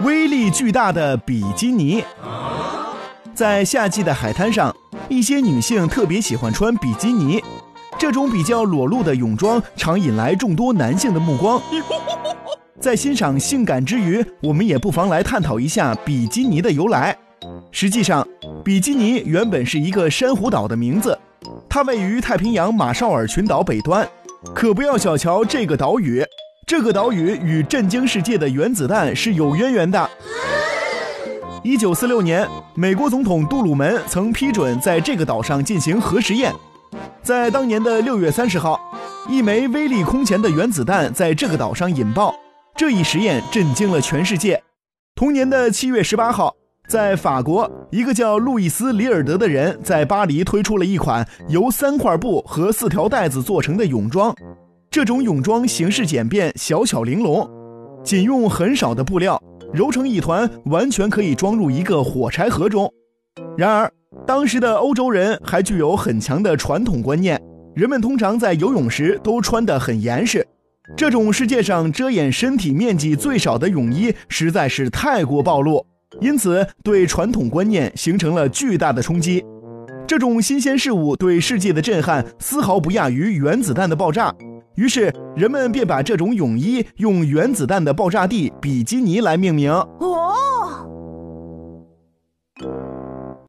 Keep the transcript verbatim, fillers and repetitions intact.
威力巨大的比基尼。在夏季的海滩上，一些女性特别喜欢穿比基尼，这种比较裸露的泳装常引来众多男性的目光。在欣赏性感之余，我们也不妨来探讨一下比基尼的由来。实际上，比基尼原本是一个珊瑚岛的名字，它位于太平洋马绍尔群岛北端。可不要小瞧这个岛屿，这个岛屿与震惊世界的原子弹是有渊源的。一九四六年，美国总统杜鲁门曾批准在这个岛上进行核实验。在当年的六月三十号，一枚威力空前的原子弹在这个岛上引爆，这一实验震惊了全世界。同年的七月十八号，在法国，一个叫路易斯·里尔德的人在巴黎推出了一款由三块布和四条带子做成的泳装。这种泳装形式简便，小巧玲珑，仅用很少的布料揉成一团，完全可以装入一个火柴盒中。然而，当时的欧洲人还具有很强的传统观念，人们通常在游泳时都穿得很严实。这种世界上遮掩身体面积最少的泳衣实在是太过暴露，因此对传统观念形成了巨大的冲击。这种新鲜事物对世界的震撼丝毫不亚于原子弹的爆炸，于是人们便把这种泳衣用原子弹的爆炸地比基尼来命名。 哦，